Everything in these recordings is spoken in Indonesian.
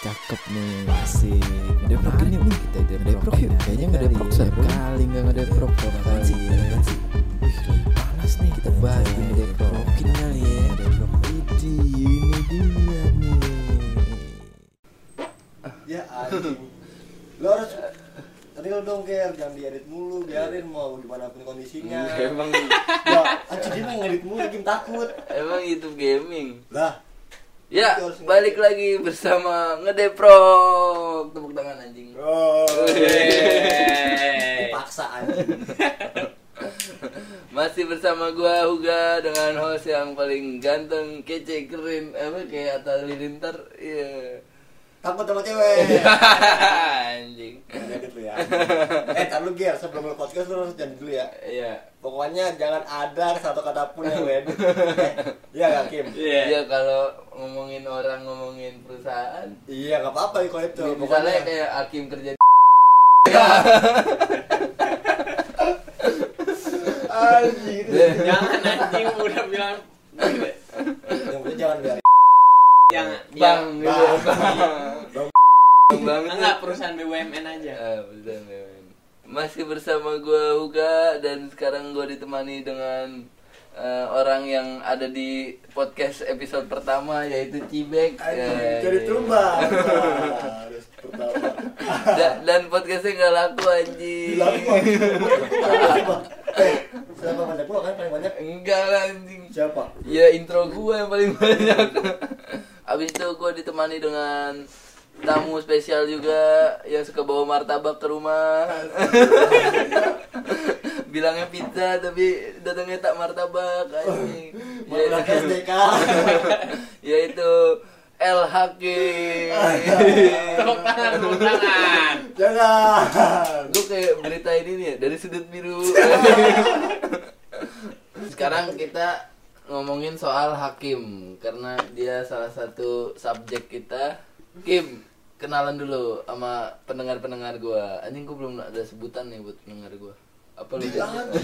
Cakep nih, asik. Ngedeprok ini nih kita ngedeprok yuk. Kayaknya ngedeprok sekali nggak ngedeprok kali. Wih, lagi panas nih, kita bahas ngedeprokin kali ya. Ngedeprok ini dia nih. Ya anjing. Lo harus real dong Ger, jangan diedit mulu, biarin mau gimana pun kondisinya. Emang Ya, anjing dia mah ngedit mulu, bikin takut. emang itu gaming. Lah, Ya, itu harus balik lagi bersama Ngedeprok. Tepuk tangan anjing. oh. Yeay. Dipaksa anjing. Masih bersama gua Huga dengan host yang paling ganteng, kece, keren, kayak Atta Halilintar. Iya. Takut sama cewek. Anjing. Edit lu ya. Tar lu Ger, sebelum lu podcast lu harus janji dulu ya. Iya. Pokoknya jangan ada satu kata pun yang lu edit. Iya gak Kim? Iya, kalau ngomongin orang, ngomongin perusahaan. Iya gak apa-apa kalau itu. Misalnya kayak Hakim kerja di anjing. Jangan anjing udah bilang Yang penting jangan biar jangan Bang gitu. Bang. Bang enggak perusahaan BUMN aja. Betul, men. Masih bersama gua Huga dan sekarang gua ditemani dengan orang yang ada di podcast episode pertama yaitu Cibek. jadi tumbang. Harus pertama. Dan podcastnya nggak laku anjing. Siapa banyak gua kan paling banyak? Enggak lah, anjing. Siapa? Ya intro gua yang paling banyak. Abis itu gua ditemani dengan tamu spesial juga yang suka bawa martabak ke rumah. Bilangnya pizza tapi datangnya tak martabak anjing. Martabak SDK. Yaitu El Hakim. Tepuk tangan, tepuk tangan. Jangan. Gue kayak berita ini nih ya, dari sudut biru. Sekarang kita ngomongin soal Hakim karena dia salah satu subjek kita. Kim, kenalan dulu sama pendengar-pendengar gua. Anjing gua belum ada sebutan nih buat pendengar gua. Apa lu?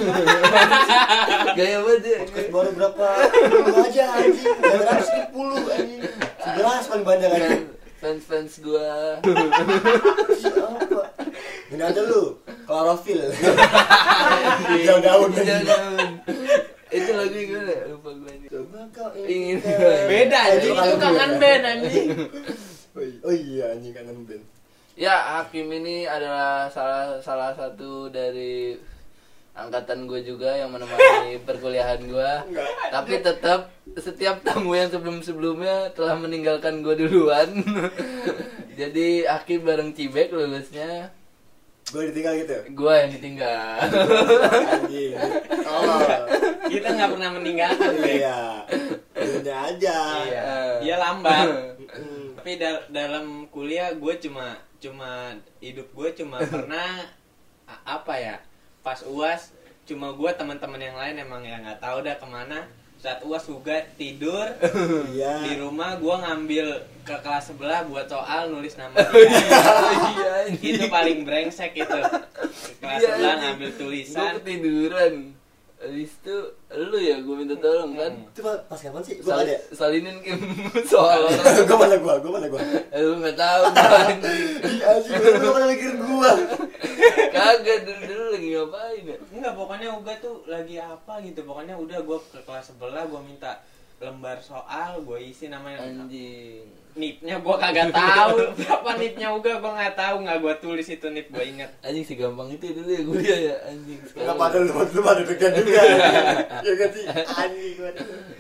Gaya banget ya. Podcast baru berapa? Lu aja anjing. Gak 110 anjing. 11 paling banyak anjing. Fans gua. Siapa? Ini aja lu. Klorofil. Hijau daun. Itu lagu gimana? Lupa gua ini. Coba kau Ingin. Beda anjing, itu kangen band anjing. Oh iya anjing kangen band. Ya, Hakim ini adalah salah satu dari angkatan gue juga yang menemani perkuliahan gue. Tapi tetap setiap tamu yang sebelumnya telah meninggalkan gue duluan. Jadi Hakim bareng Cibek lulusnya. Gue ditinggal gitu. Gue yang ditinggal. Anjing. Oh. Kita nggak pernah meninggalkan Bek. Iya. Ini aja. Iya. Dia lambat. Tapi dalam kuliah gue cuma hidup gue cuma pernah apa ya, pas UAS cuma gue, teman-teman yang lain emang ya nggak tahu dah kemana. Saat UAS Huga tidur Iya. di rumah, gue ngambil ke kelas sebelah buat soal nulis nama dia. Itu paling brengsek itu. Ke kelas Iya, sebelah anjing. ngambil tulisan. Gue ketiduran. Habis itu lu ya gue minta tolong kan. Itu pas kapan sih? Gue ada. Salinin Kim soal orang. Gue mana gua? Lu nggak tahu anjing. Anjing, lu mana mikir gua? Kagak dulu lagi ngapain ya? Enggak, pokoknya Uga tuh lagi apa gitu. Pokoknya udah gue ke kelas sebelah, gue minta lembar soal, gue isi namanya. Anjing. Nipnya gue kagak tahu. Berapa nipnya Uga gue nggak tahu, nggak gue tulis itu nip, gue inget. Anjing sih gampang itu dulu ya kuliah ya anjing. Enggak pada lu pada degan juga. Ya kan sih anjing gua.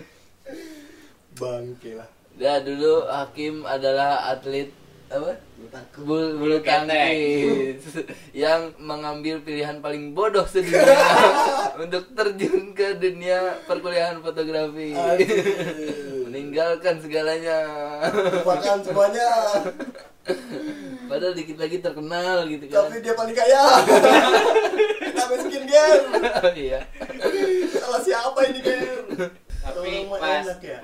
Bangke lah. Ya dulu Hakim adalah atlet apa? Bulu tangkis yang mengambil pilihan paling bodoh sedunia untuk terjun ke dunia perkuliahan fotografi. Meninggalkan segalanya. Lupakan semuanya. Padahal dikit lagi terkenal gitu kan. Tapi dia paling kaya. Kita miskin Ger. Oh iya. Salah siapa ini Ger? Tapi Tolong, pas enak ya?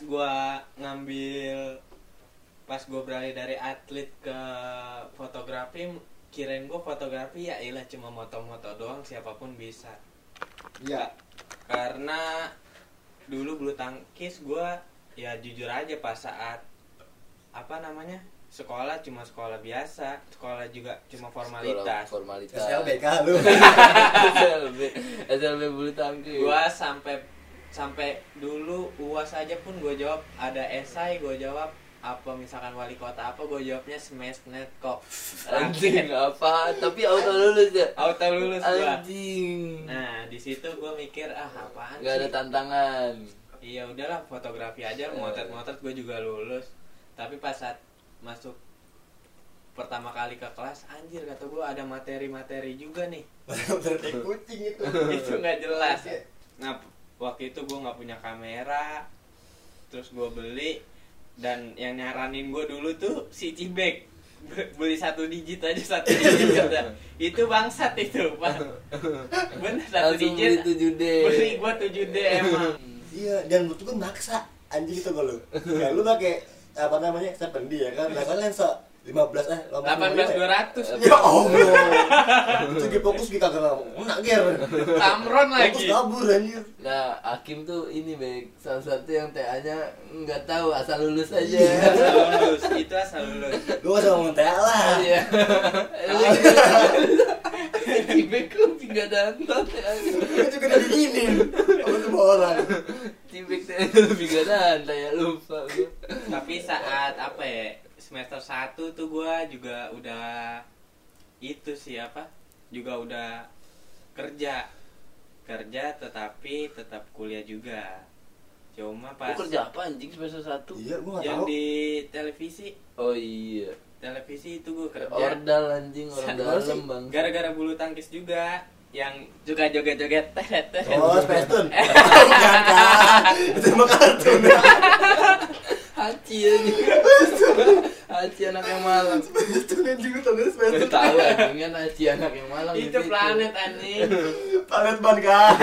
pas gue beralih dari atlet ke fotografi, kirain gue fotografi ya iyalah cuma moto-moto doang, siapapun bisa. Iya. Karena dulu bulu tangkis gue ya jujur aja pas saat apa namanya sekolah cuma sekolah biasa, sekolah juga cuma formalitas. Formalitas. SLBK lu. SLB bulu tangkis. Gua sampai dulu UAS aja pun gue jawab, ada esai gue jawab, apa misalkan wali kota apa gue jawabnya Smashnet kok. Anjing apa? Tapi auto lulus ya. Auto lulus gua. Anjing. Nah di situ gue mikir apaan Gak ada sih? tantangan. Iya udahlah fotografi aja, motret gue juga lulus. Tapi pas saat masuk pertama kali ke kelas, anjir kata gue ada materi-materi juga nih. Materi kucing itu. Itu nggak jelas. Nah waktu itu gue nggak punya kamera, terus gue beli, dan yang nyaranin gue dulu tuh si Cibek, beli 1 digit aja 1 digit kata. Itu bangsat itu pak. Bener 1 Langsung digit. beli 7D. Beli gue 7D emang. Iya, dan menurut gue maksa anjing itu kalau lu. Ya lu pakai apa namanya? Sependi ya kan. Lah kan lensa 18 18-200. Ya Allah. Itu dia fokus di kagak enak ger. Tamron Fokus lagi. kabur anjir. Nah, Hakim tuh ini Bek, salah satu yang TA-nya nggak tahu asal lulus aja. Asal lulus, itu asal lulus. Lu gak usah ngomong TA lah. Iya. Cibek kok nggak datang TA-nya. Itu juga udah diinin sama semua orang. Cibek TA-nya lebih nggak datang ya, lupa gua. Tapi saat apa ya, semester 1 tuh gue juga udah itu sih apa, juga udah kerja tetapi tetap kuliah juga. Cuma pas Lu kerja apa anjing semester 1? Iya, gua enggak yang tahu. di televisi itu gue kerja. Ordal anjing, orang Gimana sih? dalam bang. Gara-gara bulu tangkis juga, yang juga joget-joget tet. Oh, Space Tune. Bukan kan. Itu mah kartun. Haci anjing. Haci anak yang malang. Space Tune anjing lu tau gak Space Tune? Tahu anjing kan Haci anak yang malang. Itu di situ. planet anjing. Planet Ban kan.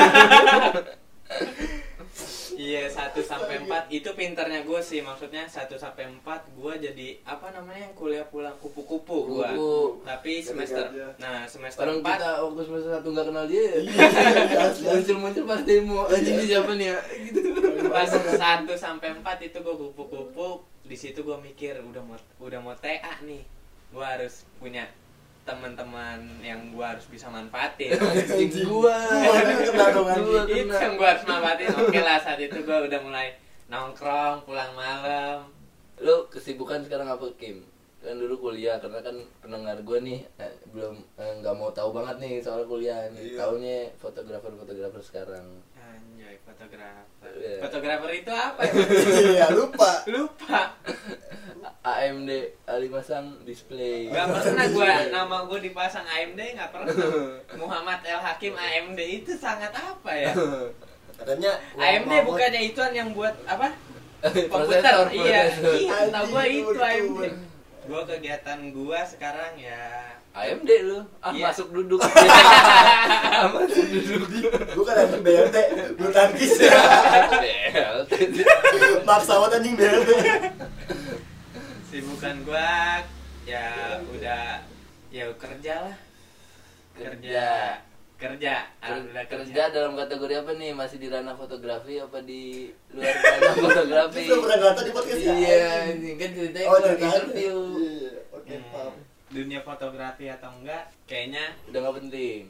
Iya 1-4 itu pinternya gue sih, maksudnya 1-4 gue jadi apa namanya yang kuliah pulang kupu-kupu gue. Kupu. Tapi semester semester Orang 4 kita waktu semester 1 nggak kenal dia. Iya, Muncul pas demo anjing ini siapa nih ya? Gitu. pas 1-4 itu gue kupu-kupu. Di situ gue mikir udah mau TA nih, gue harus punya teman-teman yang gue harus bisa manfaatin. Anjing gua. Ini kena dong anjing. Itu yang gue harus manfaatin. Oke lah, saat itu gue udah mulai nongkrong pulang malam. Lu kesibukan sekarang apa Kim? Kan dulu kuliah, karena kan pendengar gue nih belum nggak mau tahu banget nih soal kuliah nih. Iya. Taunya fotografer sekarang. Anjay, fotografer. Iya. Fotografer itu apa ya? Iya, lupa. Lupa. AMD Ali Masang display. Gak pernah gua nama gua dipasang AMD, gak pernah. Muhammad El Hakim AMD itu sangat apa ya? Katanya AMD bukannya ituan yang buat apa? Prosesor, Komputer. Iya, prosesor. tahu gua itu Anjing, AMD. betul. Gua kegiatan gua sekarang ya AMD lu. Iya. Masuk duduk. Masuk duduk. Gua kan anjing BLT, bulu tangkis. BLT. Maksa banget anjing BLT. sibukan gua ya udah ya kerja lah. Alhamdulillah Kerja dalam kategori apa nih? Masih di ranah fotografi apa di luar ranah fotografi? Itu pernah ngata di podcast ya? Iya, ini kan ceritanya Oh, gua cerita interview. Iya, oke, paham. Dunia fotografi atau enggak kayaknya Udah nggak penting.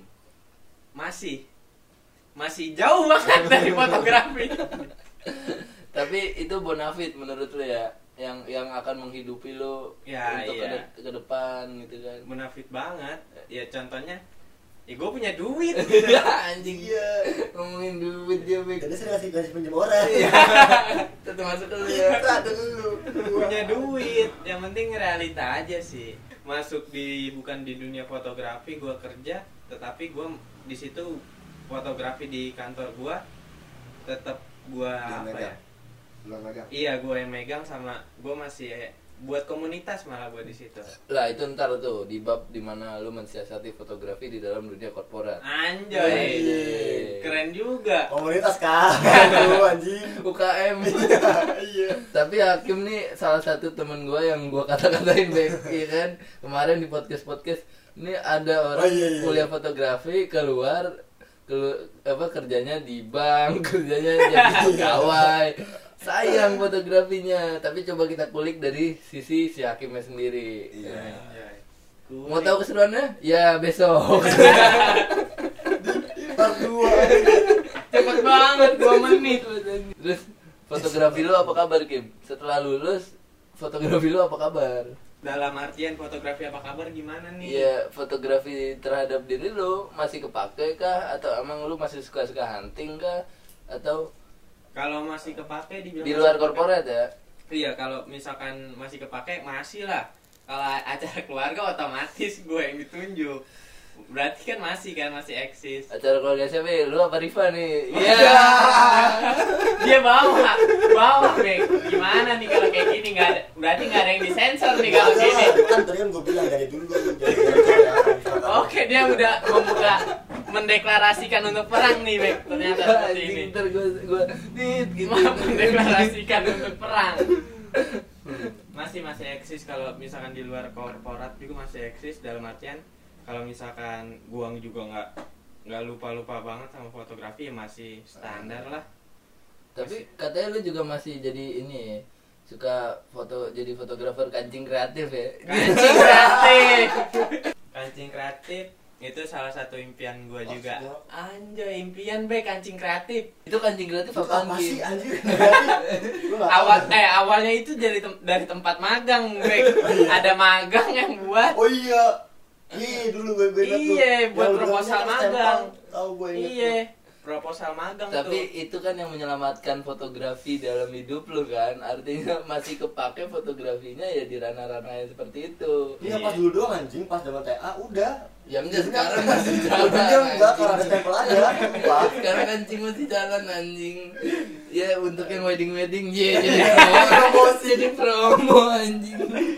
masih jauh banget dari fotografi. Tapi itu bonafit menurut lu ya, yang akan menghidupi lu Ya, untuk iya. ke depan gitu kan. Munafik banget ya, contohnya ya gue punya duit. Anjing. Iya. Ngomongin duit dia, Bek. Jadi saya ngasih pinjam orang. Itu termasuk lu ya. Itu dulu. Punya duit, yang penting realita aja sih. Masuk bukan di dunia fotografi gue kerja, tetapi gue di situ fotografi di kantor gue tetap gue apa ya? Belum megang. Iya, gue yang megang, sama gue masih buat komunitas malah gue di situ. Lah itu ntar tuh di bab dimana lu mensiasati fotografi di dalam dunia korporat. Anjay, Wih. keren juga. Komunitas kan. Aduh anjing. UKM. Iya. Tapi Hakim nih salah satu temen gue yang gue kata-katain Bek, iya kan? Kemarin di podcast ini ada orang iya. kuliah fotografi kerjanya di bank, kerjanya jadi pegawai. sayang fotografinya. Tapi coba kita kulik dari sisi si Hakimnya sendiri. Iya. Mau tahu keseruannya? Ya besok. Part 2. Cepet banget 2 menit. Terus fotografi lu apa kabar, Kim? Setelah lulus, fotografi lu apa kabar? Dalam artian fotografi apa kabar gimana nih? Iya, fotografi terhadap diri lu masih kepake kah? Atau emang lu masih suka-suka hunting kah? Atau Kalau masih kepake di luar korporat ya? Iya, kalau misalkan masih kepake masih lah. Kalau acara keluarga otomatis gue yang ditunjuk. Berarti kan masih eksis. Acara keluarga siapa ya? Lu apa Riva nih? Iya. Dia bawa Mek. Gimana nih kalau kayak gini nggak ada, berarti nggak ada yang disensor nih kalau gini. Kan tadi kan gue bilang dari dulu Oke, dia udah mendeklarasikan untuk perang nih Mek. Ternyata seperti ini. Ntar gue gitu. Mendeklarasikan untuk perang. Masih eksis kalau misalkan di luar korporat juga masih eksis dalam artian kalau misalkan gua juga nggak lupa banget sama fotografi ya masih standar lah. Tapi katanya lu juga masih jadi ini suka jadi fotografer kancing kreatif ya? Kancing kreatif itu salah satu impian gua juga. Anjay, impian kancing kreatif. Itu kancing kreatif apaan sih Kim? anjir? Awalnya itu dari tempat magang ada magang yang buat. Oh iya. Dulu gue ingat tuh. Iya, buat Yang proposal udah magang. Tahu gue ingat. Iya, proposal magang Tapi tuh. itu kan yang menyelamatkan fotografi dalam hidup lu kan. Artinya masih kepake fotografinya ya di ranah-ranah yang seperti itu. Iya pas dulu doang anjing, pas zaman TA udah. Ya enggak sekarang masih jalan. Udah enggak kalau ada stempel aja. Sumpah. Sekarang kancing masih jalan anjing. Ya untuk yang wedding jadi promo anjing.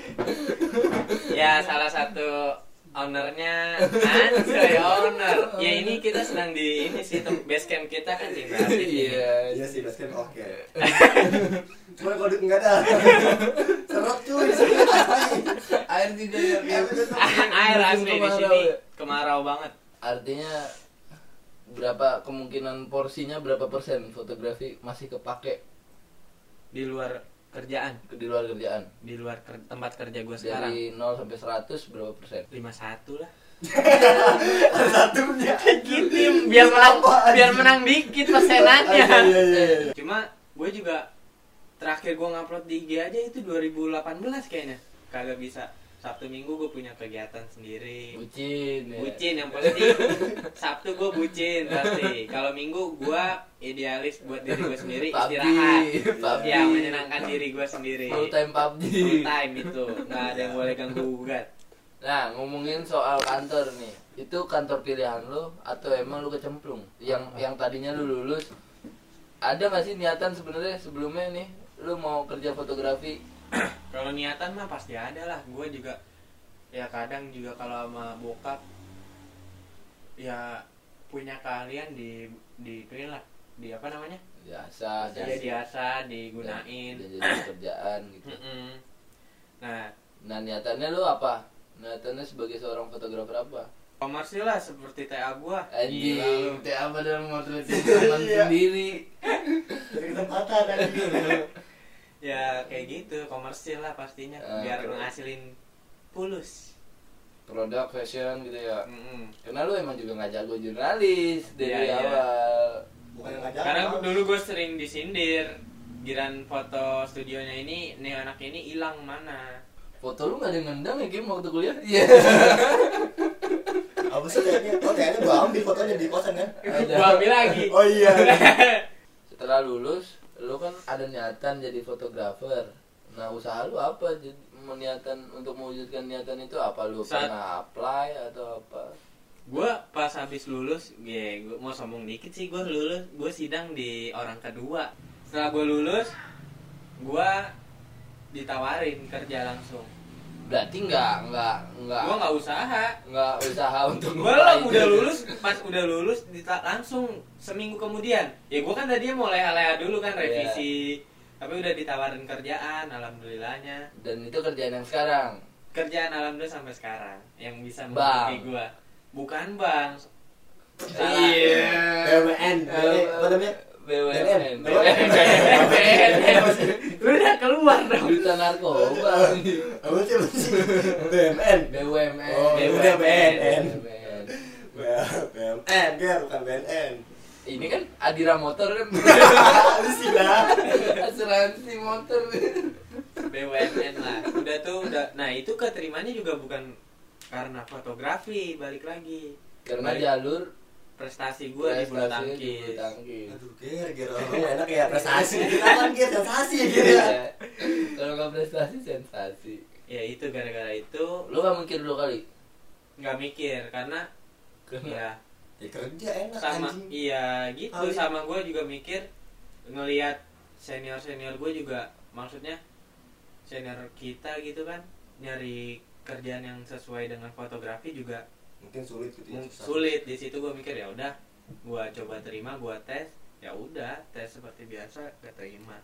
Ya salah satu ownernya anjay owner. Ya ini kita sedang di ini sih base camp kita kan sih berarti. Iya sih basket oke. Cuma kalau duit enggak ada. Seret cuy di sini asli. Air juga ya. Air asli di sini kemarau banget. Artinya berapa kemungkinan porsinya berapa persen fotografi masih kepake Di luar kerjaan, di luar kerjaan? di luar tempat kerja gue sekarang. Dari 0 sampai 100 berapa persen? 51 lah. Satunya. Gitu biar menang dikit persenannya. Iya. Cuma gue juga terakhir gue ngupload di IG aja itu 2018 kayaknya. Kagak bisa. Sabtu Minggu gue punya kegiatan sendiri. Bucin ya? Bucin yang pasti. Sabtu gue bucin pasti. Kalau Minggu gue idealis buat diri gue sendiri, istirahat. Ya menyenangkan diri gue sendiri. Full time PUBG. Full time itu. Nggak ada yang boleh ganggu gugat. Nah, ngomongin soal kantor nih. Itu kantor pilihan lu atau emang lu kecemplung? Yang tadinya lu lulus, ada nggak sih niatan sebenarnya sebelumnya nih lu mau kerja fotografi? Kalau niatan mah pasti ada lah. Gue juga ya kadang juga kalau sama bokap ya punya keahlian di inilah di apa namanya? Biasa Ya biasa digunain. jadi kerjaan gitu. Nah, niatannya lu apa? Niatannya sebagai seorang fotografer apa? komersil lah seperti TA gua. Anjing, teh apa dalam motret teman sendiri. Dari ketempatan tadi. Ya kayak gitu, komersil lah pastinya biar ngehasilin pulus. Produk fashion gitu ya. Karena lu emang juga nggak jago jurnalis dari awal. Bukan yang ngajak. Karena dulu gue sering disindir. Giran foto studionya ini, nih anak ini hilang mana? Foto lu nggak ada yang nendang ya Kim waktu kuliah? Iya. Apa sih kayaknya gua ambil fotonya di kosan kan? Gua ambil lagi. Oh iya. Setelah lulus, lu kan ada niatan jadi fotografer. Nah, usaha lu apa? Niatan untuk mewujudkan niatan itu apa? Lu pernah apply atau apa? Gue pas habis lulus, gue mau sombong dikit sih, gue lulus, gue sidang di orang kedua. Setelah gue lulus, gue ditawarin kerja langsung. Berarti nggak Gue nggak usaha untuk gue lah udah lulus, pas udah lulus langsung seminggu kemudian. Ya gue kan tadinya mau leha-leha dulu kan revisi, tapi udah ditawarin kerjaan, alhamdulillahnya. Dan itu kerjaan yang sekarang? Kerjaan alhamdulillah sampai sekarang yang bisa menghidupi gue. Bukan bang. Iya. BUMN. Apa namanya? BUMN. Lu udah keluar dong. Duta narkoba. Apa sih BUMN? BUMN. Oh, udah BNN. BUMN. BUMN, Ger, bukan BNN. Ini kan Adira Motor kan. Lu sih lah. Asuransi motor. BUMN lah. Udah tuh udah. Nah, itu keterimanya juga bukan karena fotografi, balik lagi. Karena Balik jalur prestasi gue di bulu prestasi di tangkis. bulu tangkis. Aduh, Ger orang enak ya prestasi. Kita kan Ger sensasi ya Ger ya. Iya. Kalau nggak prestasi sensasi. Ya itu gara-gara itu Lu nggak mikir dulu kali? nggak mikir karena ya Ya kerja enak sama anjing. iya gitu Kali. sama gue juga mikir ngelihat senior gue juga maksudnya senior kita gitu kan nyari kerjaan yang sesuai dengan fotografi juga Mungkin sulit gitu ya. susah. sulit. Di situ gue mikir ya udah gue coba terima, gue tes, ya udah tes seperti biasa gak terima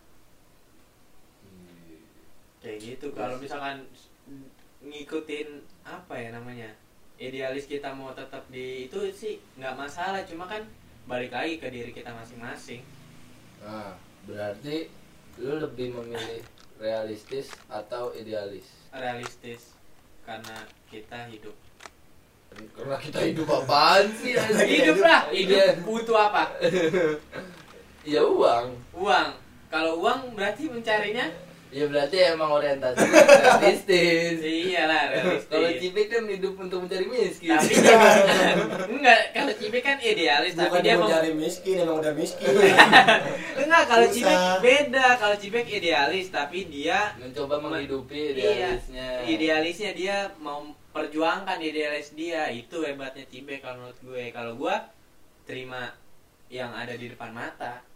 kayak gitu. Kalau misalkan ngikutin apa ya namanya idealis kita mau tetap di itu sih nggak masalah, cuma kan balik lagi ke diri kita masing-masing. Nah, berarti lu lebih memilih realistis atau idealis? Realistis karena kita hidup Karena kita hidup apaan sih? hidup lah Iya. hidup butuh apa? Ya uang. Uang. Kalau uang berarti mencarinya Ya berarti emang orientasi realistis. iyalah realistis. Kalau Cipik kan hidup untuk mencari miskin. Tapi dia enggak, kalau Cipik kan idealis Bukan tapi dia mau mau cari miskin, emang udah miskin. enggak, kalau Susah. Cipik beda. Kalau Cipik idealis tapi dia Mencoba menghidupi iya, idealisnya. idealisnya dia mau perjuangkan idealis dia. Itu hebatnya Cipik kalau menurut gue. Kalau gue terima yang ada di depan mata.